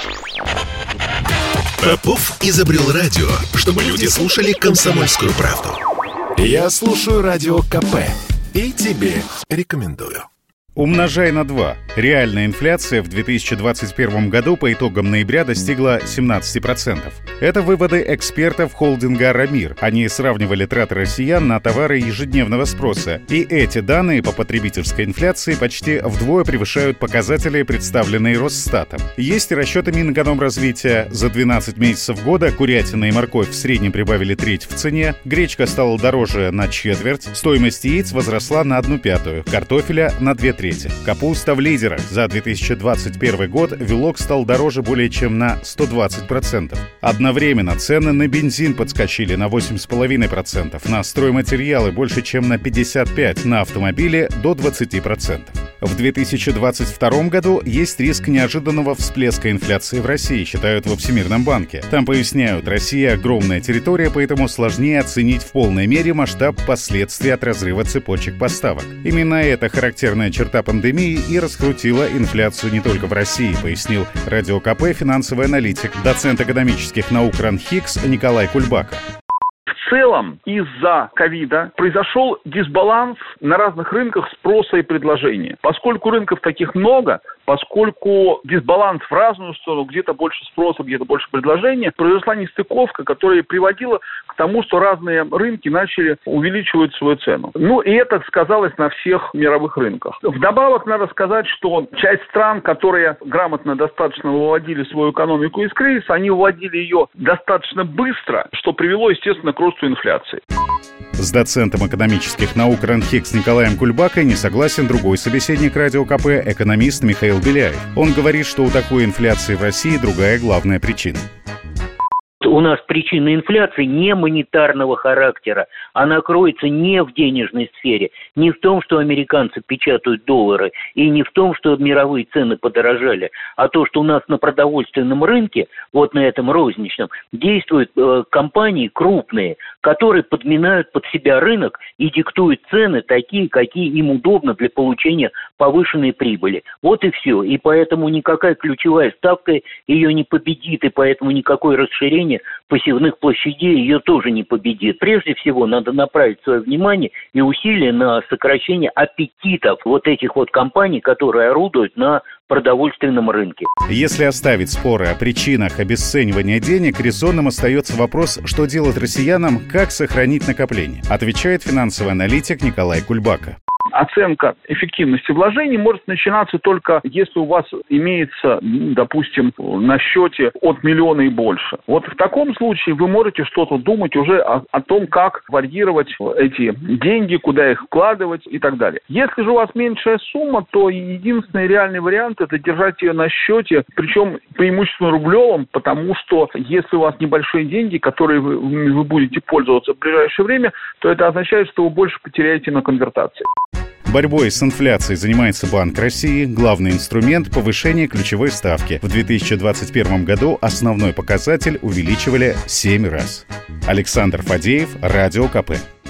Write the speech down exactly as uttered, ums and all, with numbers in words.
Попов изобрел радио, чтобы люди слушали «Комсомольскую правду». Я слушаю Радио КП и тебе рекомендую. Умножай на два. Реальная инфляция в две тысячи двадцать первом году по итогам ноября достигла семнадцать процентов. Это выводы экспертов холдинга «Рамир». Они сравнивали траты россиян на товары ежедневного спроса. И эти данные по потребительской инфляции почти вдвое превышают показатели, представленные Росстатом. Есть и расчеты Минэкономразвития. За двенадцать месяцев года курятина и морковь в среднем прибавили треть в цене, гречка стала дороже на четверть, стоимость яиц возросла на одну пятую, картофеля на две трети. Капуста в лидерах. За две тысячи двадцать первый год вилок стал дороже более чем на сто двадцать процентов. Одновременно цены на бензин подскочили на восемь целых пять десятых процента, на стройматериалы больше чем на пятьдесят пять процентов, на автомобили до двадцать процентов. В две тысячи двадцать втором году есть риск неожиданного всплеска инфляции в России, считают во Всемирном банке. Там поясняют, Россия огромная территория, поэтому сложнее оценить в полной мере масштаб последствий от разрыва цепочек поставок. Именно эта характерная черта пандемии и раскрутила инфляцию не только в России, пояснил Радио КП финансовый аналитик, доцент экономических наук РАНХИКС Николай Кульбака. В целом из-за ковида произошел дисбаланс на разных рынках спроса и предложения. Поскольку рынков таких много, поскольку дисбаланс в разную сторону, где-то больше спроса, где-то больше предложения, произошла нестыковка, которая приводила к тому, что разные рынки начали увеличивать свою цену. Ну и это сказалось на всех мировых рынках. Вдобавок надо сказать, что часть стран, которые грамотно достаточно выводили свою экономику из кризиса, они выводили ее достаточно быстро, что привело, естественно, к росту инфляции. С доцентом экономических наук РАНХИКС Николаем Кульбакой не согласен другой собеседник Радио КП, экономист Михаил Беляев. Он говорит, что у такой инфляции в России другая главная причина. У нас причина инфляции не монетарного характера. Она кроется не в денежной сфере, не в том, что американцы печатают доллары, и не в том, что мировые цены подорожали, а то, что у нас на продовольственном рынке, вот на этом розничном, действуют э, компании крупные, которые подминают под себя рынок и диктуют цены такие, какие им удобно для получения повышенной прибыли. Вот и все. И поэтому никакая ключевая ставка ее не победит, и поэтому никакое расширение посевных площадей ее тоже не победит. Прежде всего, надо направить свое внимание и усилия на сокращение аппетитов вот этих вот компаний, которые орудуют на продовольственном рынке. Если оставить споры о причинах обесценивания денег, резонным остается вопрос, что делать россиянам, как сохранить накопление, отвечает финансовый аналитик Николай Кульбака. Оценка эффективности вложений может начинаться только если у вас имеется, допустим, на счете от миллиона и больше. Вот в таком случае вы можете что-то думать уже о, о том, как варьировать эти деньги, куда их вкладывать и так далее. Если же у вас меньшая сумма, то единственный реальный вариант – это держать ее на счете, причем преимущественно рублевом, потому что если у вас небольшие деньги, которые вы, вы будете пользоваться в ближайшее время, то это означает, что вы больше потеряете на конвертации. Борьбой с инфляцией занимается Банк России. Главный инструмент – повышение ключевой ставки. В две тысячи двадцать первом году основной показатель увеличивали семь раз. Александр Фадеев, Радио КП.